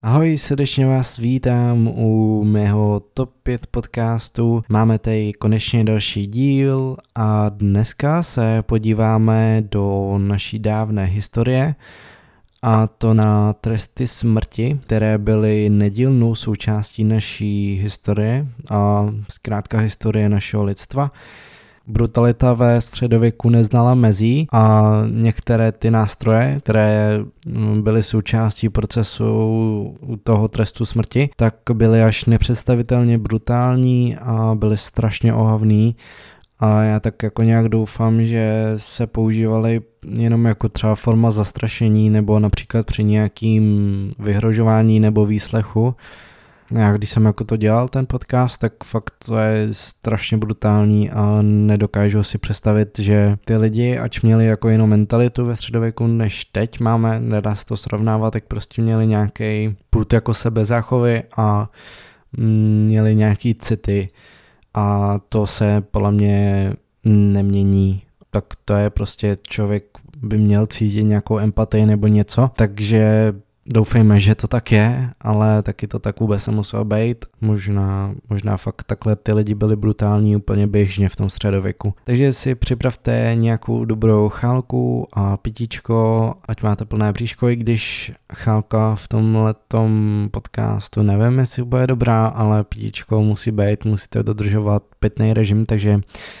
Ahoj, srdečně vás vítám u mého Top 5 podcastu. Máme tady konečně další díl a dneska se podíváme do naší dávné historie, a to na tresty smrti, které byly nedílnou součástí naší historie a zkrátka historie našeho lidstva. Brutalita ve středověku neznala mezí a některé ty nástroje, které byly součástí procesu u toho trestu smrti, tak byly až nepředstavitelně brutální a byly strašně ohavný. A já tak jako nějak doufám, že se používaly jenom jako třeba forma zastrašení nebo například při nějakým vyhrožování nebo výslechu. Já když jsem jako to dělal ten podcast, tak fakt to je strašně brutální a nedokážu si představit, že ty lidi, ač měli jako jinou mentalitu ve středověku než teď máme, nedá se to srovnávat, tak prostě měli nějaký pud jako sebezáchovy a měli nějaký city a to se podle mě nemění. Tak to je prostě, člověk by měl cítit nějakou empatii nebo něco, takže doufejme, že to tak je, ale taky to tak vůbec nemuselo být. Možná fakt takhle ty lidi byli brutální úplně běžně v tom středověku. Takže si připravte nějakou dobrou chálku a pitíčko, ať máte plné bříško, i když chálka v tomhletom podcastu nevím, jestli bude dobrá, ale pitíčko musí být, musíte dodržovat pitný režim, takže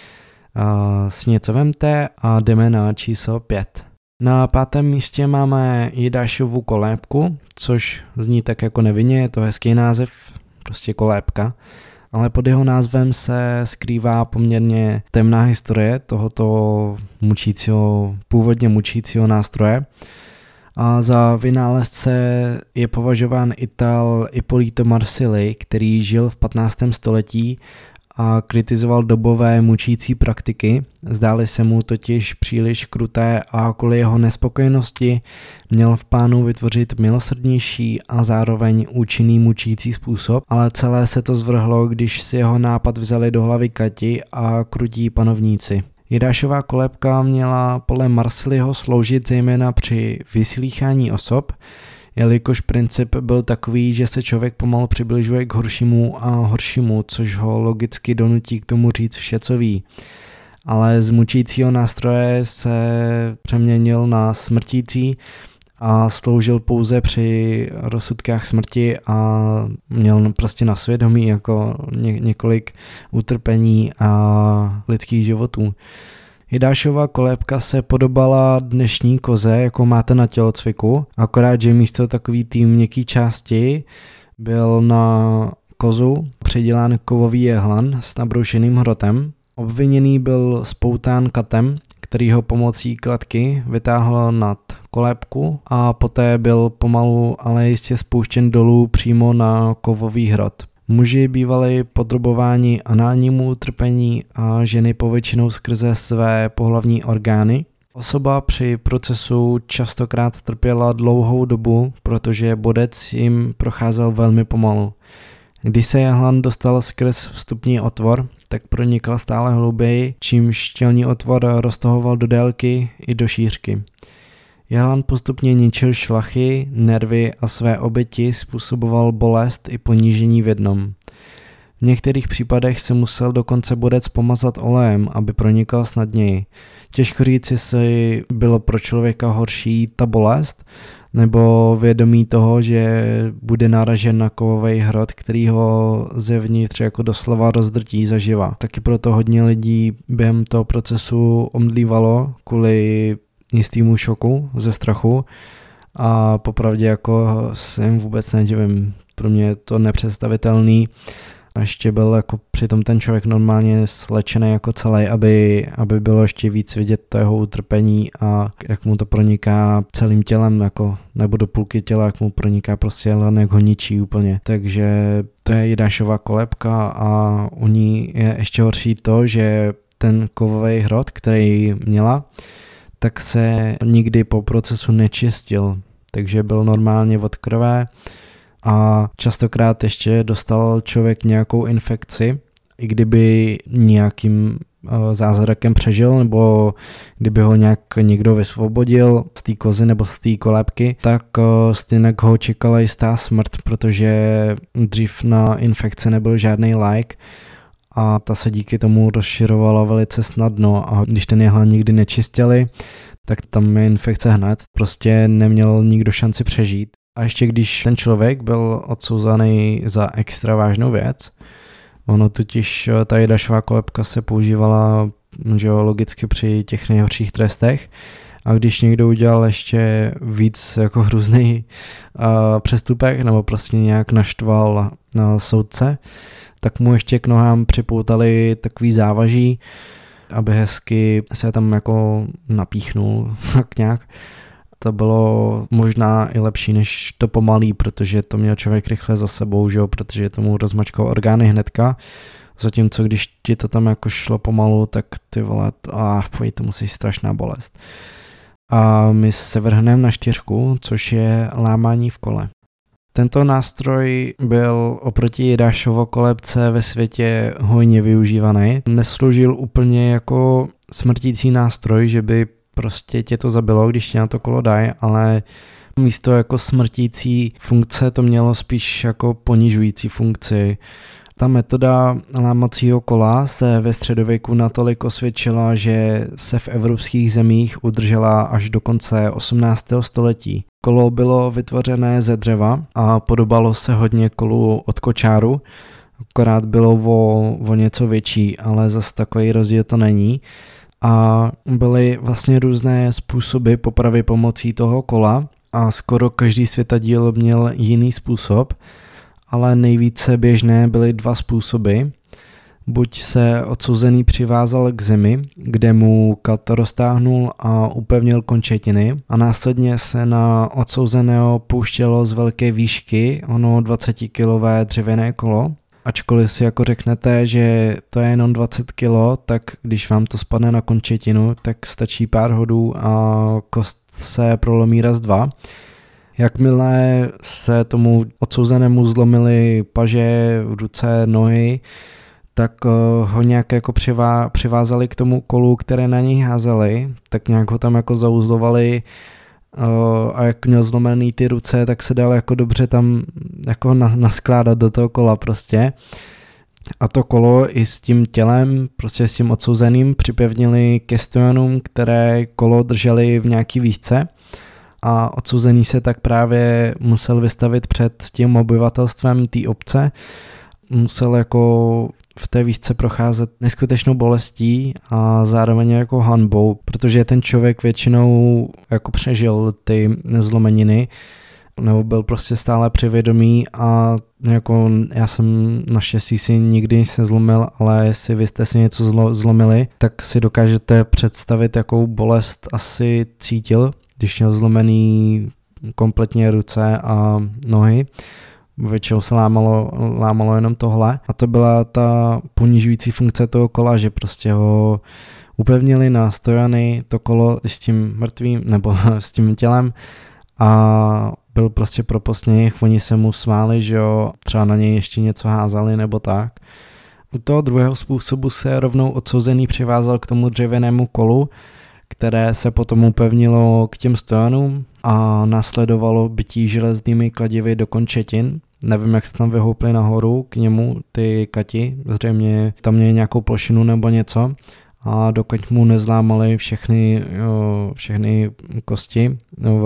si něco vemte a jdeme na číslo 5. Na 5. místě máme Jidášovu kolébku, což zní tak jako nevinně, je to hezký název, prostě kolébka, ale pod jeho názvem se skrývá poměrně temná historie tohoto původně mučícího nástroje. A za vynálezce je považován Ital Ippolito Marsili, který žil v 15. století a kritizoval dobové mučící praktiky. Zdály se mu totiž příliš kruté a kvůli jeho nespokojenosti měl v plánu vytvořit milosrdnější a zároveň účinný mučící způsob, ale celé se to zvrhlo, když si jeho nápad vzali do hlavy Kati a krutí panovníci. Jidášova kolébka měla podle Marsiliho sloužit zejména při vyslýchání osob, jelikož princip byl takový, že se člověk pomalu přibližuje k horšímu a horšímu, což ho logicky donutí k tomu říct vše, co ví. Ale z mučícího nástroje se přeměnil na smrtící a sloužil pouze při rozsudkách smrti a měl prostě na svědomí jako několik utrpení a lidských životů. Jidášova kolébka se podobala dnešní koze, jako máte na tělocviku, akorát, že místo takový té měkký části byl na kozu přidělán kovový jehlan s nabroušeným hrotem. Obviněný byl spoután katem, který ho pomocí kladky vytáhl nad kolébku a poté byl pomalu, ale jistě spouštěn dolů přímo na kovový hrot. Muži bývali podrobováni análnímu utrpení a ženy povětšinou skrze své pohlavní orgány. Osoba při procesu častokrát trpěla dlouhou dobu, protože bodec jim procházel velmi pomalu. Když se jehlan dostal skrz vstupní otvor, tak pronikl stále hlouběji, čímž tělní otvor roztahoval do délky i do šířky. Jehlan postupně ničil šlachy, nervy a své oběti způsoboval bolest i ponížení v jednom. V některých případech se musel dokonce bodec pomazat olejem, aby pronikal snadněji. Těžko říct, jestli bylo pro člověka horší ta bolest, nebo vědomí toho, že bude naražen na kovový hrot, který ho zevnitř jako doslova rozdrtí zaživa. Taky proto hodně lidí během toho procesu omdlívalo kvůli jistýmu šoku ze strachu a popravdě jako se jim vůbec nedivím. Pro mě je to nepředstavitelný. A ještě byl jako přitom ten člověk normálně slečený jako celý, aby bylo ještě víc vidět to jeho utrpení a jak mu to proniká celým tělem, jako nebo do půlky těla, jak mu proniká prostě jelen, jak ho ničí úplně. Takže to je Jidášova kolébka a u ní je ještě horší to, že ten kovový hrot, který měla, tak se nikdy po procesu nečistil, takže byl normálně od krve a častokrát ještě dostal člověk nějakou infekci, i kdyby nějakým zázrakem přežil, nebo kdyby ho nějak někdo vysvobodil z té kozy nebo z té kolébky, tak stejně ho čekala jistá smrt, protože dřív na infekce nebyl žádný lék a ta se díky tomu rozširovala velice snadno a když ten jehla nikdy nečistili, tak tam je infekce hned, prostě neměl nikdo šanci přežít. A ještě když ten člověk byl odsouzený za extra vážnou věc, ono totiž ta Jidášova kolébka se používala logicky při těch nejhorších trestech a když někdo udělal ještě víc jako hrůzný přestupek nebo prostě nějak naštval soudce, tak mu ještě k nohám připoutali takový závaží, aby hezky se tam jako napíchnul tak nějak. To bylo možná i lepší než to pomalý, protože to měl člověk rychle za sebou, že jo, protože tomu rozmačkal orgány hnedka. Zatímco když ti to tam jako šlo pomalu, tak ty vole, to musí strašná bolest. A my se vrhneme na 4, což je lámání v kole. Tento nástroj byl oproti Jidášovo kolébce ve světě hojně využívaný. Nesloužil úplně jako smrtící nástroj, že by prostě tě to zabilo, když tě na to kolo dají, ale místo jako smrtící funkce to mělo spíš jako ponižující funkci. Ta metoda lámacího kola se ve středověku natolik osvědčila, že se v evropských zemích udržela až do konce 18. století. Kolo bylo vytvořené ze dřeva a podobalo se hodně kolu od kočáru, akorát bylo o něco větší, ale zas takový rozdíl to není. A byly vlastně různé způsoby popravy pomocí toho kola a skoro každý světadíl měl jiný způsob, ale nejvíce běžné byly 2 způsoby. Buď se odsouzený přivázal k zemi, kde mu kat roztáhnul a upevnil končetiny a následně se na odsouzeného pouštělo z velké výšky ono 20-kilové dřevěné kolo. Ačkoliv si jako řeknete, že to je jenom 20 kg, tak když vám to spadne na končetinu, tak stačí pár hodů a kost se prolomí raz 2. Jakmile se tomu odsouzenému zlomily paže, ruce, nohy, tak ho nějak jako přivázali k tomu kolu, které na něj házeli, tak nějak ho tam jako zauzlovali a jak měl zlomený ty ruce, tak se dal jako dobře tam jako naskládat do toho kola prostě. A to kolo i s tím tělem, prostě s tím odsouzeným připevnili ke stojanům, které kolo drželi v nějaký výšce a odsouzený se tak právě musel vystavit před tím obyvatelstvem té obce. Musel jako v té výšce procházet neskutečnou bolestí a zároveň jako hanbou, protože ten člověk většinou jako přežil ty zlomeniny nebo byl prostě stále při vědomí a jako já jsem naštěstí si nikdy nic nezlomil, ale jestli vy jste si něco zlomili, tak si dokážete představit, jakou bolest asi cítil, když měl zlomený kompletně ruce a nohy. Většinou se lámalo jenom tohle a to byla ta ponižující funkce toho kola, že prostě ho upevnili na stojany, to kolo s tím mrtvým nebo s tím tělem a byl prostě pro posměch, oni se mu smáli, že jo, třeba na něj ještě něco házali nebo tak. U toho druhého způsobu se rovnou odsouzený přivázal k tomu dřevěnému kolu, které se potom upevnilo k těm stojanům a následovalo bytí železnými kladivy do končetin. Nevím, jak se tam vyhoupli nahoru k němu ty kati, zřejmě tam měli nějakou plošinu nebo něco a dokud mu nezlámali všechny kosti v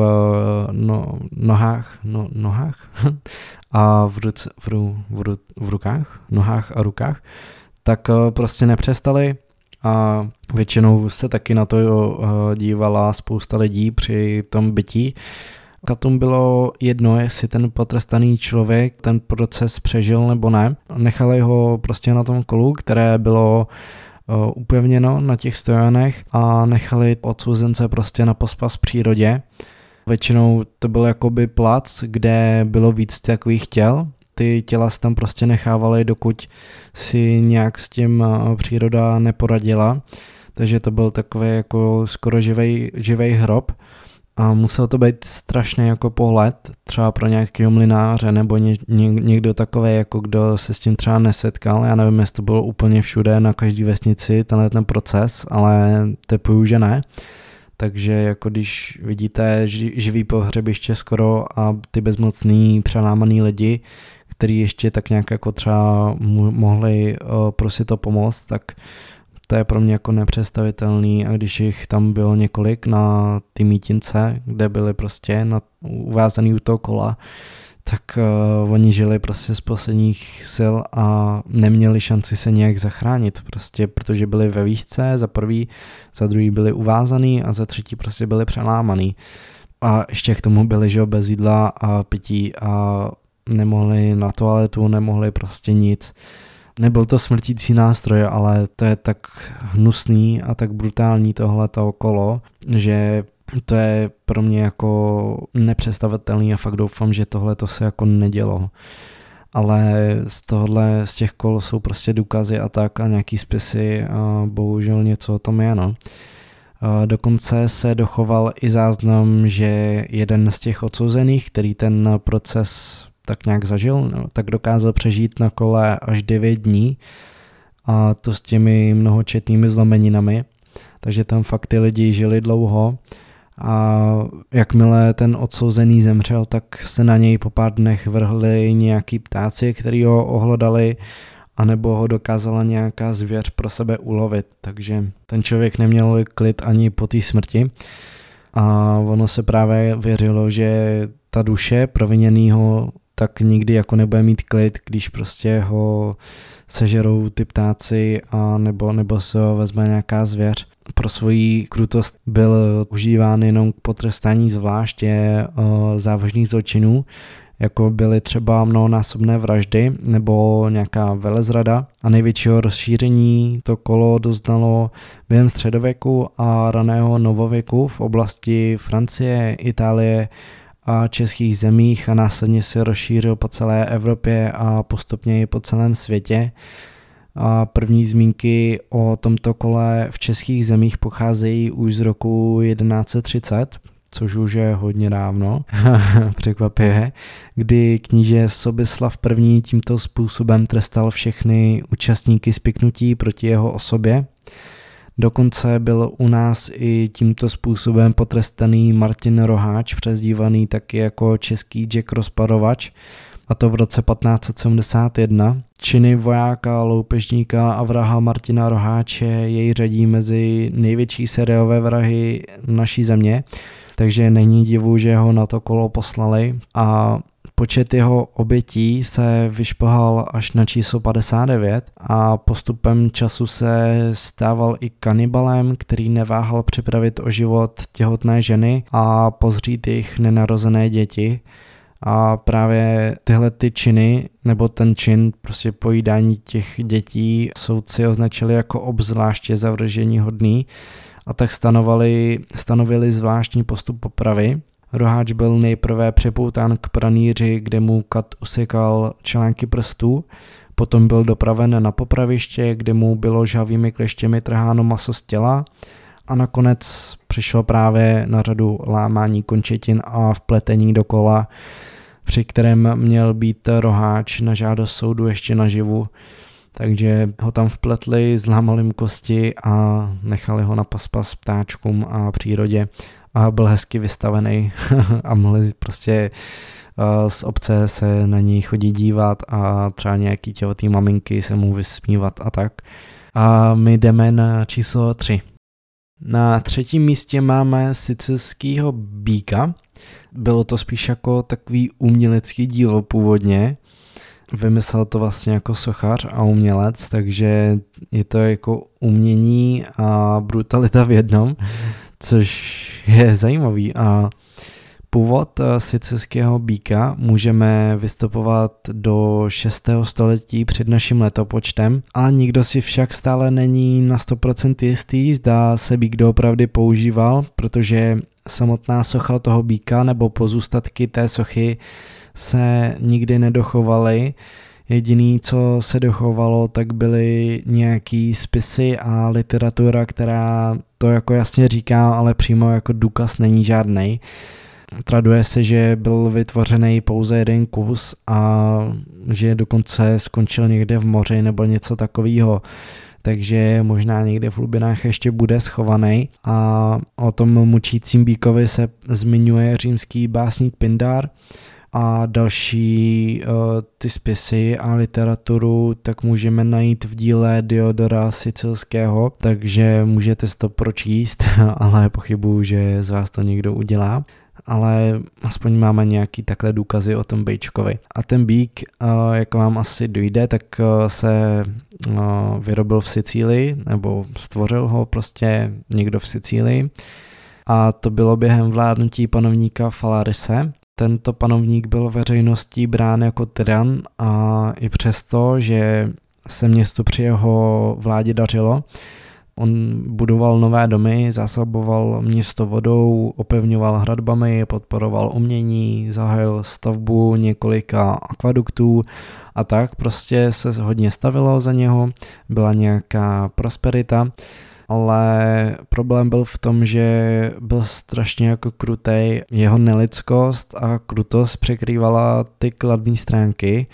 nohách a v rukách, nohách a rukách, tak prostě nepřestali a většinou se taky na to dívala spousta lidí při tom bytí. Katům bylo jedno, jestli ten potrestaný člověk ten proces přežil nebo ne. Nechali ho prostě na tom kolu, které bylo upevněno na těch stojanech a nechali odsouzence prostě na pospas přírodě. Většinou to byl jakoby plac, kde bylo víc takových těl. Ty těla se tam prostě nechávaly, dokud si nějak s tím příroda neporadila. Takže to byl takový jako skoro živej hrob. A musel to být strašný jako pohled, třeba pro nějakého mlynáře nebo někdo takový, jako kdo se s tím třeba nesetkal. Já nevím, jestli to bylo úplně všude, na každý vesnici, ten proces, ale typuju, že ne. Takže jako když vidíte živý pohřebiště skoro a ty bezmocný přelámaný lidi, který ještě tak nějak jako třeba mohli prosit o pomoc, tak to je pro mě jako nepředstavitelný. A když jich tam bylo několik na ty mítince, kde byli prostě uvázaný u toho kola, tak oni žili prostě z posledních sil a neměli šanci se nějak zachránit, prostě protože byli ve výšce, za prvý, za druhý byli uvázaný a za třetí prostě byli přelámaný. A ještě k tomu byli, že bez jídla a pití a nemohli na toaletu, nemohli prostě nic. Nebyl to smrtící nástroj, ale to je tak hnusný a tak brutální tohleto kolo, že to je pro mě jako nepředstavitelný a fakt doufám, že tohle to se jako nedělo. Ale z těch kol jsou prostě důkazy a tak a nějaký spisy a bohužel něco o tom je, no. Dokonce se dochoval i záznam, že jeden z těch odsouzených, který ten proces tak nějak zažil, tak dokázal přežít na kole až 9 dní a to s těmi mnohočetnými zlomeninami. Takže tam fakt ty lidi žili dlouho a jakmile ten odsouzený zemřel, tak se na něj po pár dnech vrhli nějaký ptáci, který ho ohlodali, anebo ho dokázala nějaká zvěř pro sebe ulovit. Takže ten člověk neměl klid ani po té smrti a ono se právě věřilo, že ta duše proviněnýho tak nikdy jako nebude mít klid, když prostě ho sežerou ty ptáci a nebo se ho vezme nějaká zvěř. Pro svoji krutost byl užíván jenom k potrestání zvláště závažných zločinů, jako byly třeba mnohonásobné vraždy nebo nějaká velezrada a největšího rozšíření to kolo doznalo během středověku a raného novověku v oblasti Francie, Itálie a českých zemích a následně se rozšířil po celé Evropě a postupně i po celém světě. A první zmínky o tomto kole v českých zemích pocházejí už z roku 1130, což už je hodně dávno, překvapivě, kdy kníže Sobislav I. tímto způsobem trestal všechny účastníky spiknutí proti jeho osobě. Dokonce byl u nás i tímto způsobem potrestaný Martin Roháč, přezdívaný taky jako český Jack Rozparovač, a to v roce 1571. Činy vojáka, loupežníka a vraha Martina Roháče jej řadí mezi největší seriové vrahy naší země, takže není divu, že ho na to kolo poslali a počet jeho obětí se vyšplhal až na číslo 59 a postupem času se stával i kanibalem, který neváhal připravit o život těhotné ženy a pozřít jejich nenarozené děti. A právě tyhle ty činy, nebo ten čin prostě pojídání těch dětí soudci označili jako obzvláště zavrženíhodný a tak stanovili zvláštní postup popravy. Roháč byl nejprve přepoután k pranýři, kde mu kat usekal články prstů, potom byl dopraven na popraviště, kde mu bylo žhavými kleštěmi trháno maso z těla a nakonec přišlo právě na řadu lámání končetin a vpletení do kola, při kterém měl být Roháč na žádost soudu ještě naživu. Takže ho tam vpletli, zlámali mu kosti a nechali ho na paspas ptáčkům a přírodě a byl hezky vystavený a mohli prostě z obce se na něj chodit dívat a třeba nějaký těhotný maminky se mu vysmívat a tak. A my jdeme na číslo 3. Na 3. místě máme sicilskýho býka. Bylo to spíš jako takový umělecký dílo původně. Vymyslel to vlastně jako sochař a umělec, takže je to jako umění a brutalita v jednom, což je zajímavý. A původ sicilského býka můžeme vystupovat do 6. století před naším letopočtem, ale nikdo si však stále není na 100% jistý, zda se býk doopravdy používal, protože samotná socha toho býka nebo pozůstatky té sochy se nikdy nedochovaly. Jediný, co se dochovalo, tak byly nějaký spisy a literatura, která to jako jasně říká, ale přímo jako důkaz není žádnej. Traduje se, že byl vytvořený pouze jeden kus a že dokonce skončil někde v moři nebo něco takového. Takže možná někde v hlubinách ještě bude schovaný. A o tom mučícím býkovi se zmiňuje římský básník Pindar. A další ty spisy a literaturu tak můžeme najít v díle Diodora Sicilského, takže můžete si to pročíst, ale pochybuju, že z vás to někdo udělá. Ale aspoň máme nějaký takhle důkazy o tom bejčkovi. A ten býk, jak vám asi dojde, tak se vyrobil v Sicílii, nebo stvořil ho prostě někdo v Sicílii. A to bylo během vládnutí panovníka Falarise. Tento panovník byl veřejností brán jako tyran a i přesto, že se městu při jeho vládě dařilo, on budoval nové domy, zásoboval město vodou, opevňoval hradbami, podporoval umění, zahájil stavbu několika akvaduktů a tak prostě se hodně stavilo za něho, byla nějaká prosperita, ale problém byl v tom, že byl strašně jako krutej, jeho nelidskost a krutost překrývala ty kladné stránky.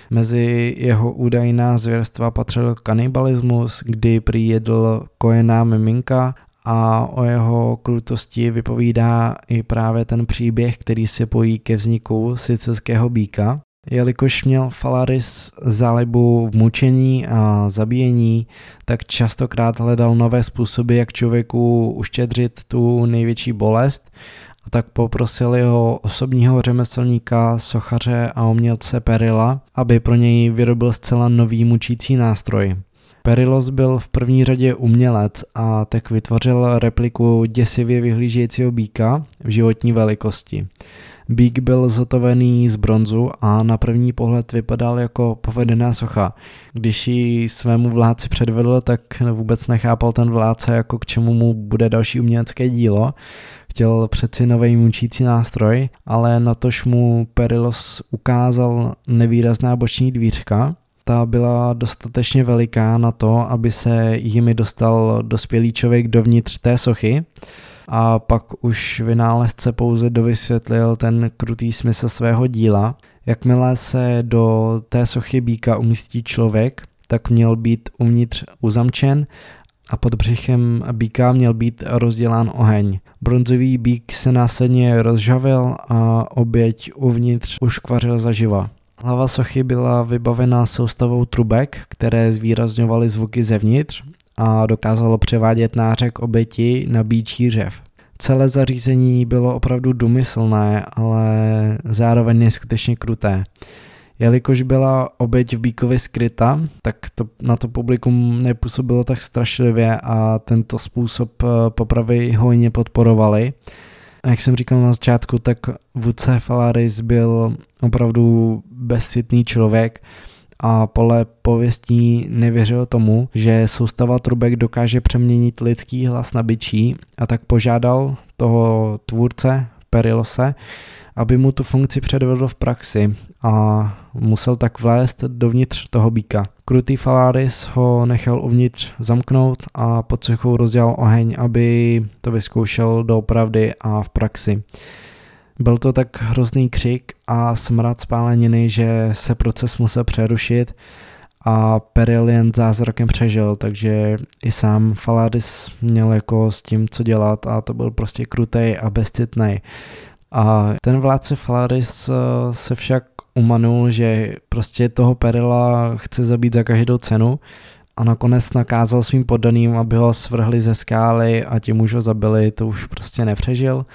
Mezi jeho údajná zvěrstva patřil kanibalismus, kdy prý jedl kojená miminka a o jeho krutosti vypovídá i právě ten příběh, který se pojí ke vzniku sicilského býka. Jelikož měl Falaris zálibu v mučení a zabíjení, tak častokrát hledal nové způsoby, jak člověku uštědřit tu největší bolest, a tak poprosil jeho osobního řemeslníka, sochaře a umělce Perilla, aby pro něj vyrobil zcela nový mučící nástroj. Perilos byl v první řadě umělec a tak vytvořil repliku děsivě vyhlížejícího býka v životní velikosti. Býk byl zhotovený z bronzu a na první pohled vypadal jako povedená socha. Když ji svému vládci předvedl, tak vůbec nechápal ten vládce, jako k čemu mu bude další umělecké dílo. Chtěl přeci nový mučící nástroj, ale natož mu Perilos ukázal nevýrazná boční dvířka. Ta byla dostatečně veliká na to, aby se jimi dostal dospělý člověk dovnitř té sochy. A pak už vynálezce pouze dovysvětlil ten krutý smysl svého díla. Jakmile se do té sochy býka umístí člověk, tak měl být uvnitř uzamčen a pod břichem býka měl být rozdělán oheň. Bronzový býk se následně rozžavil a oběť uvnitř uškvařil zaživa. Hlava sochy byla vybavena soustavou trubek, které zvýrazňovaly zvuky zevnitř a dokázalo převádět nářek oběti na býčí řev. Celé zařízení bylo opravdu důmyslné, ale zároveň neskutečně kruté. Jelikož byla oběť v býkovi skryta, tak to na to publikum nepůsobilo tak strašlivě a tento způsob popravy hojně podporovali. A jak jsem říkal na začátku, tak vůdce Falaris byl opravdu bezcitný člověk a podle pověstí nevěřil tomu, že soustava trubek dokáže přeměnit lidský hlas na bičí, a tak požádal toho tvůrce Perilose, aby mu tu funkci předvedl v praxi a musel tak vlézt dovnitř toho býka. Krutý Falaris ho nechal uvnitř zamknout a pod sochou rozdělal oheň, aby to vyzkoušel doopravdy a v praxi. Byl to tak hrozný křik a smrad spáleniny, že se proces musel přerušit a Perill jen zázrakem přežil, takže i sám Falaris měl jako s tím co dělat a to byl prostě krutej a bezcitnej. A ten vládce Falaris se však umanul, že prostě toho Perilla chce zabít za každou cenu a nakonec nakázal svým poddaným, aby ho svrhli ze skály a tím už ho zabili, to už prostě nepřežil.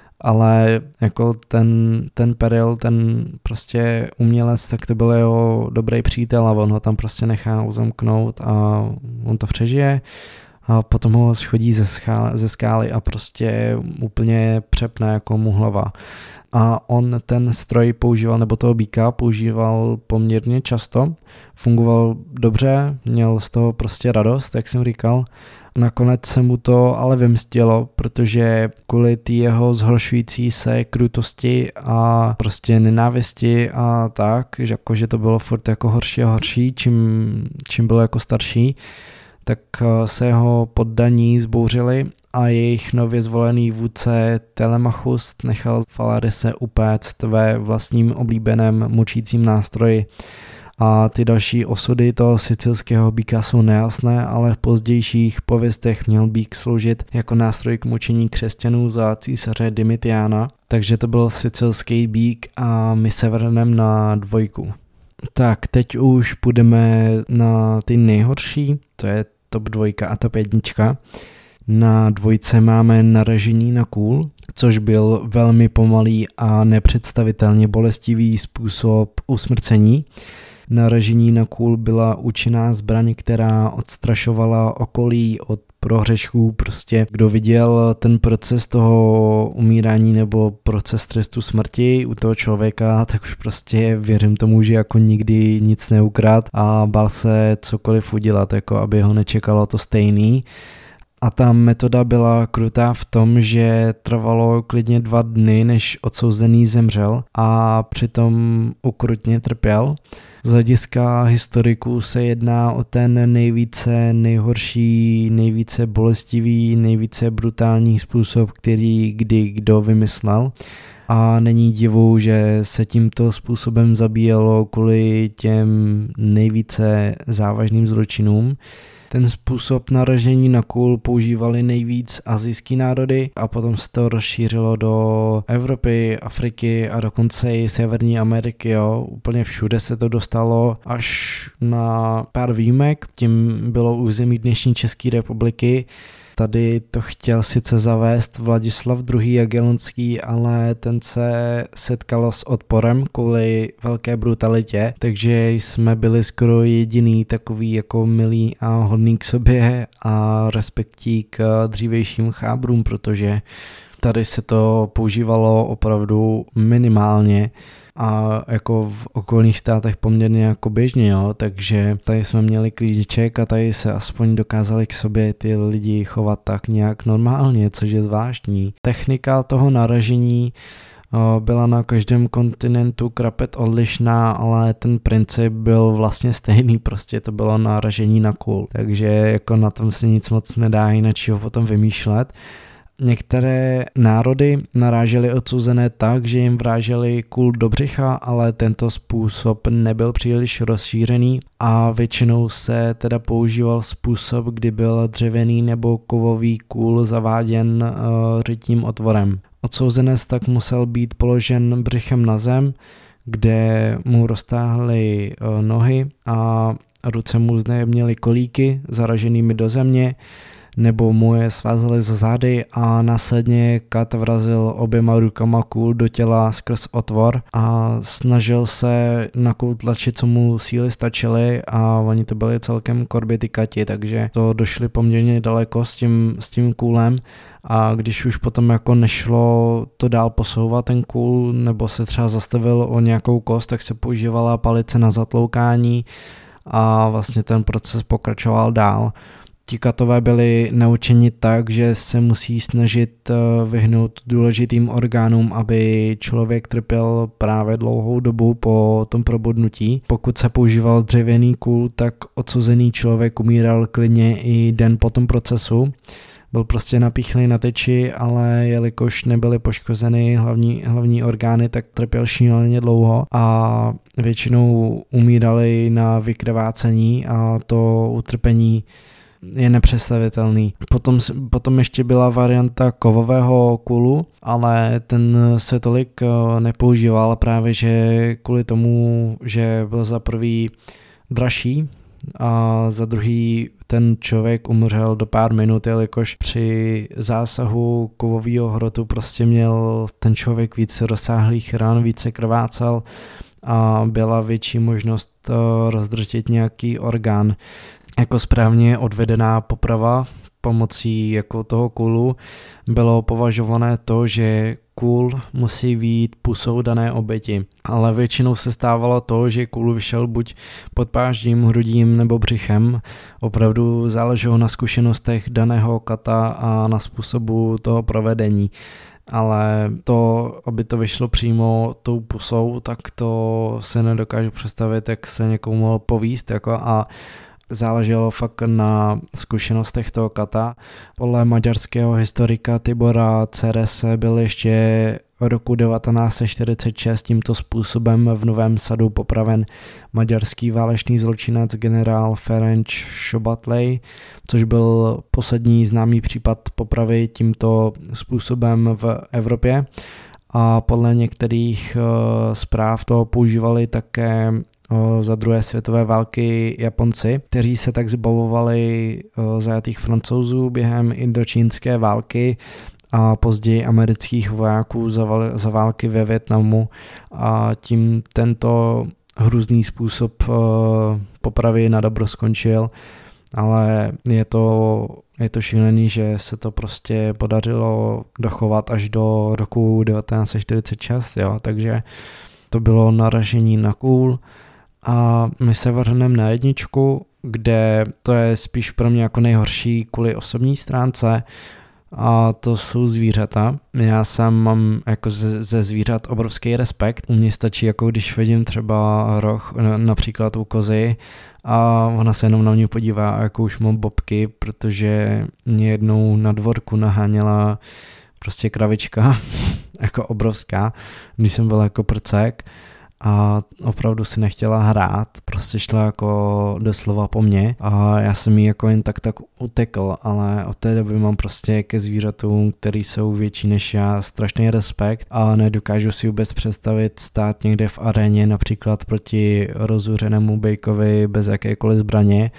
Ale jako ten Perill, ten prostě umělec, tak to byl jeho dobrý přítel a on ho tam prostě nechá uzamknout a on to přežije a potom ho schodí ze skály a prostě úplně přepne jako mu hlava. A on ten stroj používal, nebo toho býka používal poměrně často, fungoval dobře, měl z toho prostě radost, jak jsem říkal, Nakonec se mu to ale vymstilo, protože kvůli té jeho zhoršující se krutosti a prostě nenávisti a tak, že to bylo furt jako horší a horší, čím bylo jako starší, tak se jeho poddaní zbouřili a jejich nově zvolený vůdce Telemachus nechal Phalarise upéct ve vlastním oblíbeném mučícím nástroji. A ty další osudy toho sicilského býka jsou nejasné, ale v pozdějších pověstech měl býk sloužit jako nástroj k mučení křesťanů za císaře Domitiana, takže to byl sicilský býk a my se vrhneme na 2. Tak, teď už půjdeme na ty nejhorší, to je top 2 a top 1. Na 2 máme naražení na kůl, což byl velmi pomalý a nepředstavitelně bolestivý způsob usmrcení. Naražení na kůl byla účinná zbraň, která odstrašovala okolí od prohřešků. Prostě kdo viděl ten proces toho umírání nebo proces trestu smrti u toho člověka, tak už prostě věřím tomu, že jako nikdy nic neukrát a bál se cokoliv udělat, jako aby ho nečekalo to stejný. A ta metoda byla krutá v tom, že trvalo klidně 2 dny, než odsouzený zemřel a přitom ukrutně trpěl. Z hlediska historiků se jedná o ten nejhorší, nejvíce bolestivý, nejvíce brutální způsob, který kdy kdo vymyslel. A není divu, že se tímto způsobem zabíjelo kvůli těm nejvíce závažným zločinům. Ten způsob naražení na kůl používali nejvíc asijský národy a potom se to rozšířilo do Evropy, Afriky a dokonce i Severní Ameriky. Jo. Úplně všude se to dostalo až na pár výjimek, tím bylo území dnešní České republiky. Tady to chtěl sice zavést Vladislav II. Jagellonský, ale ten se setkal s odporem kvůli velké brutalitě, takže jsme byli skoro jediný takový jako milý a hodný k sobě a respektí k dřívejším chábrům, protože tady se to používalo opravdu minimálně a jako v okolních státech poměrně jako běžně, jo, takže tady jsme měli klíček a tady se aspoň dokázali k sobě ty lidi chovat tak nějak normálně, což je zvláštní. Technika toho naražení byla na každém kontinentu krapet odlišná, ale ten princip byl vlastně stejný, prostě to bylo naražení na kůl, takže jako na tom se nic moc nedá jinak ho potom vymýšlet. Některé národy narážely odsouzené tak, že jim vráželi kůl do břicha, ale tento způsob nebyl příliš rozšířený a většinou se teda používal způsob, kdy byl dřevěný nebo kovový kůl zaváděn rytím otvorem. Odsouzenec tak musel být položen břichem na zem, kde mu roztáhly nohy a ruce mu zde měly kolíky zaraženými do země, nebo mu je svázali za zády a následně kat vrazil oběma rukama kůl do těla skrz otvor a snažil se na kůl tlačit, co mu síly stačily a oni to byli celkem korby ty kati, takže to došli poměrně daleko s tím kůlem a když už potom jako nešlo to dál posouvat ten kůl nebo se třeba zastavil o nějakou kost, tak se používala palice na zatloukání a vlastně ten proces pokračoval dál. Ti katové byli naučeni tak, že se musí snažit vyhnout důležitým orgánům, aby člověk trpěl právě dlouhou dobu po tom probudnutí. Pokud se používal dřevěný kůl, tak odsouzený člověk umíral klidně i den po tom procesu. Byl prostě napíchný na teči, ale jelikož nebyly poškozeny hlavní orgány, tak trpěl šíleně dlouho a většinou umírali na vykrvácení a to utrpení je nepředstavitelný. Potom ještě byla varianta kovového kůlu, ale ten se tolik nepoužíval právě, že kvůli tomu, že byl za prvý dražší a za druhý ten člověk umřel do pár minut, jelikož při zásahu kovového hrotu prostě měl ten člověk více rozsáhlých ran, více krvácel a byla větší možnost rozdrtit nějaký orgán. Jako správně odvedená poprava pomocí jako toho kůlu bylo považované to, že kůl musí být pusou dané oběti. Ale většinou se stávalo to, že kůl vyšel buď pod páždím, hrudím nebo břichem. Opravdu záleželo na zkušenostech daného kata a na způsobu toho provedení. Ale to, aby to vyšlo přímo tou pusou, tak to se nedokážu představit, jak se někomu mohl povíst a záleželo fakt na zkušenostech toho kata. Podle maďarského historika Tibora Cerese byl ještě roku 1946 tímto způsobem v Novém Sadu popraven maďarský válečný zločinec generál Ferenc Sobotlay, což byl poslední známý případ popravy tímto způsobem v Evropě. A podle některých zpráv to používali také za druhé světové války Japonci, kteří se tak zbavovali zajatých Francouzů během indočínské války a později amerických vojáků za války ve Vietnamu, a tím tento hrůzný způsob popravy na dobro skončil, ale je to šílený, že se to prostě podařilo dochovat až do roku 1946, jo, takže to bylo naražení na kůl. A my se vrhneme na jedničku, kde to je spíš pro mě jako nejhorší kvůli osobní stránce, a to jsou zvířata. Já sám mám jako ze zvířat obrovský respekt. U mě stačí, jako když vidím třeba roh, například u kozy, a ona se jenom na mě podívá, jako už mám bobky, protože mě jednou na dvorku naháněla prostě kravička, jako obrovská, když jsem byl jako prcek. A opravdu si nechtěla hrát, prostě šla jako doslova po mně a já jsem jí jako jen tak utekl, ale od té doby mám prostě ke zvířatům, který jsou větší než já, strašný respekt a nedokážu si vůbec představit stát někde v aréně, například proti rozuřenému bejkovi bez jakékoliv zbraně.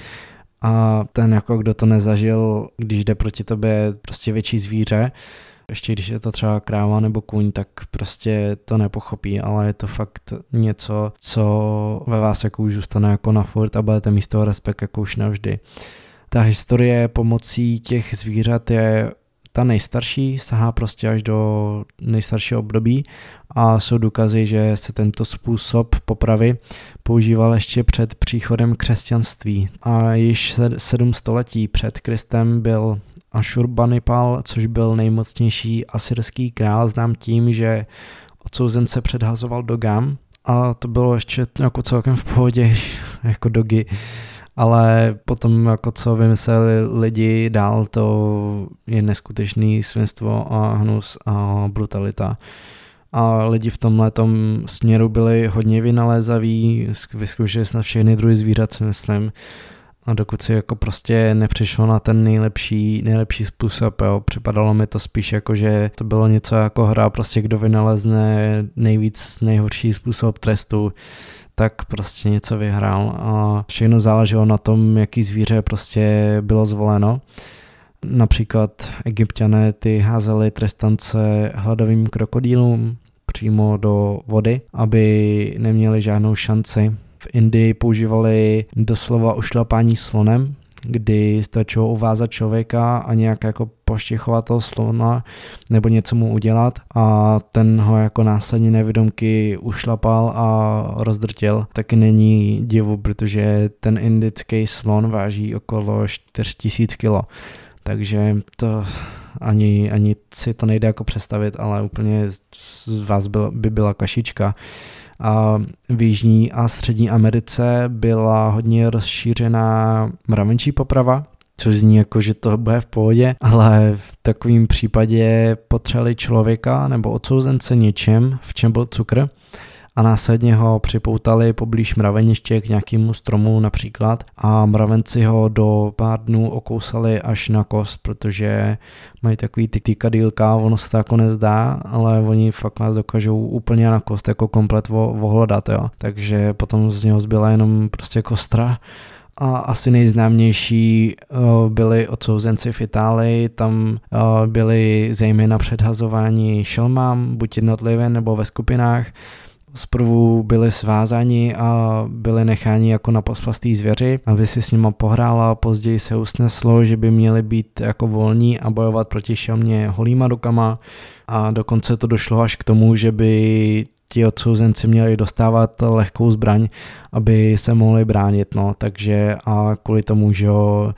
A ten, jako kdo to nezažil, když jde proti tobě prostě větší zvíře, ještě když je to třeba kráva nebo kůň, tak prostě to nepochopí, ale je to fakt něco, co ve vás jako už zůstane jako na furt a budete mít z toho respekt jako už navždy. Ta historie pomocí těch zvířat je ta nejstarší, sahá prostě až do nejstaršího období a jsou důkazy, že se tento způsob popravy používal ještě před příchodem křesťanství. A již 7 století před Kristem byl Ašurbanipal, což byl nejmocnější asyrský král, znám tím, že odsouzence předhazoval dogám a to bylo ještě jako celkem v pohodě jako dogy, ale potom jako co vymysleli lidi dál, to je neskutečný svinstvo a hnus a brutalita. A lidi v tomhletom směru byli hodně vynalézaví, vyzkoušeli snad všechny druhy zvířat, si myslím. A dokud si jako prostě nepřišlo na ten nejlepší způsob, jo. Připadalo mi to spíš jako, že to bylo něco jako hra, prostě kdo vynalezne nejhorší způsob trestu, tak prostě něco vyhrál a všechno záleželo na tom, jaký zvíře prostě bylo zvoleno. Například Egypťané ty házeli trestance hladovým krokodýlům přímo do vody, aby neměli žádnou šanci. V Indii používali doslova ušlapání slonem, kdy stačilo uvázat člověka a nějak jako poštěchovat toho slona nebo něco mu udělat a ten ho jako následně nevědomky ušlapal a rozdrtil. Taky není divu, protože ten indický slon váží okolo 4000 kg. Takže to ani si to nejde jako představit, ale úplně z vás by byla kašička. A v Jižní a Střední Americe byla hodně rozšířená mravenčí poprava, což zní jako, že to bude v pohodě, ale v takovém případě potřeli člověka nebo odsouzence něčem, v čem byl cukr, a následně ho připoutali poblíž mraveniště k nějakému stromu například a mravenci ho do pár dnů okousali až na kost, protože mají takový tykadýlka, ono se to jako nezdá, ale oni fakt vás dokážou úplně na kost jako komplet ohledat, jo. Takže potom z něho zbyla jenom prostě kostra. A asi nejznámější byli odsouzenci v Itálii, tam byli zejména předhazování šelmám, buď jednotlivě nebo ve skupinách. Zprvu byli svázáni a byli necháni jako na pospastý zvěři, aby si s nima pohrála a později se usneslo, že by měli být jako volní a bojovat proti šelmě holýma rukama, a dokonce to došlo až k tomu, že by ti odsouzenci měli dostávat lehkou zbraň, aby se mohli bránit, no, takže a kvůli tomu, že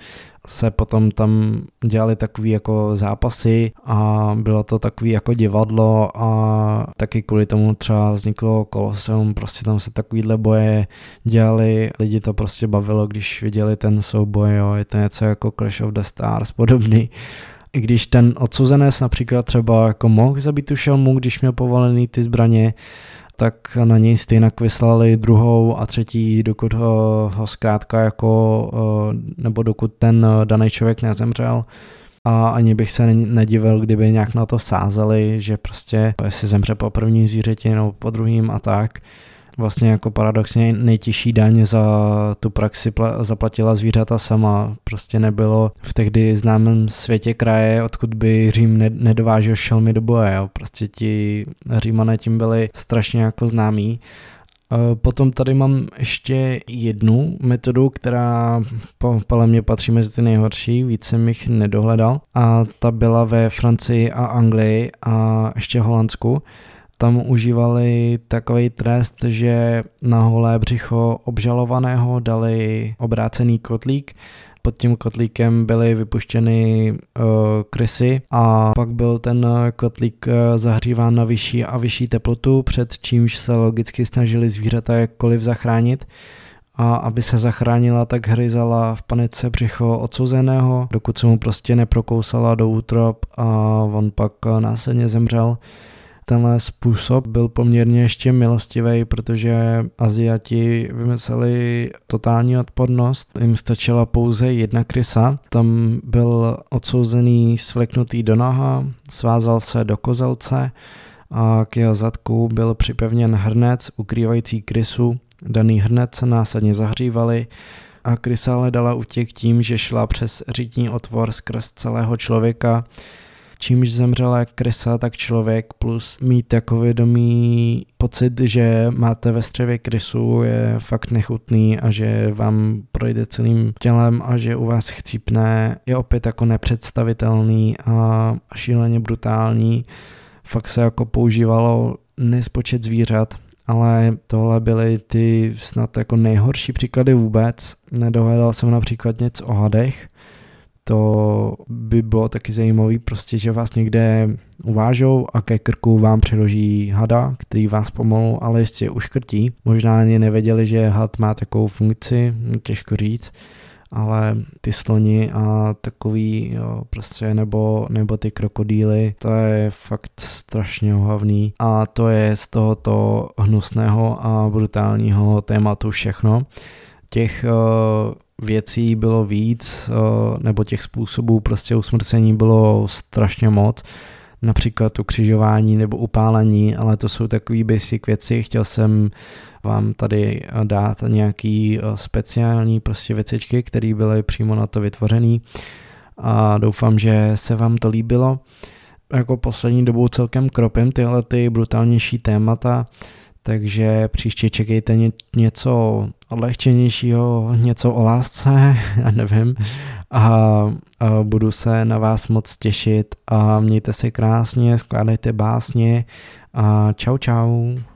se potom tam dělali takový jako zápasy a bylo to takový jako divadlo a taky kvůli tomu třeba vzniklo Koloseum, prostě tam se takovýhle boje dělali, lidi to prostě bavilo, když viděli ten souboj, jo, je to něco jako Clash of the Stars podobný. I když ten odsouzenec například třeba jako mohl zabít tu šelmu, když měl povolený ty zbraně, tak na něj stejně vyslali druhou a třetí, dokud ho zkrátka jako, nebo dokud ten daný člověk nezemřel. A ani bych se nedivil, kdyby nějak na to sázeli, že prostě jestli zemře po první zvířeti nebo po druhým a tak. Vlastně jako paradoxně nejtěžší daň za tu praxi zaplatila zvířata sama. Prostě nebylo v tehdy známém světě kraje, odkud by Řím nedovážel šelmy do boje. Jo. Prostě ti Římané tím byli strašně jako známí. Potom tady mám ještě jednu metodu, která podle mě patří mezi ty nejhorší, víc jsem jich nedohledal. A ta byla ve Francii a Anglii a ještě Holandsku. Tam užívali takový trest, že na holé břicho obžalovaného dali obrácený kotlík. Pod tím kotlíkem byly vypuštěny krysy a pak byl ten kotlík zahříván na vyšší a vyšší teplotu, před čímž se logicky snažili zvířata jakkoliv zachránit. A aby se zachránila, tak hryzala v panice břicho odsouzeného, dokud se mu prostě neprokousala do útrob a on pak následně zemřel. Tenhle způsob byl poměrně ještě milostivý, protože Aziati vymysleli totální odpornost. Jim stačila pouze jedna krysa. Tam byl odsouzený svleknutý do noha, svázal se do kozelce a k jeho zadku byl připevněn hrnec ukrývající krysu. Daný hrnec se následně zahřívali a krysa ale dala útěk tím, že šla přes řitní otvor skrz celého člověka. Čímž zemřela jak krysa, tak člověk, plus mít jako vědomý pocit, že máte ve střevě krysu, je fakt nechutný a že vám projde celým tělem a že u vás chcípne, je opět jako nepředstavitelný a šíleně brutální. Fakt se jako používalo nespočet zvířat, ale tohle byly ty snad jako nejhorší příklady vůbec. Nedohledal jsem například něco o hadech. To by bylo taky zajímavý, prostě, že vás někde uvážou a ke krku vám přiloží hada, který vás pomalu, ale jistě uškrtí. Možná ani nevěděli, že had má takovou funkci, těžko říct, ale ty sloni a takový, jo, prostě, nebo ty krokodýly, to je fakt strašně ohavný. A to je z tohoto hnusného a brutálního tématu všechno. Těch věcí bylo víc, nebo těch způsobů prostě usmrcení bylo strašně moc, například ukřižování nebo upálení, ale to jsou takový basic věci. Chtěl jsem vám tady dát nějaký speciální prostě věcičky, které byly přímo na to vytvořený a doufám, že se vám to líbilo. Jako poslední dobou celkem kropem tyhle ty brutálnější témata, takže příště čekejte něco odlehčenějšího, něco o lásce, já nevím, a budu se na vás moc těšit a mějte se krásně, skládejte básně a čau čau.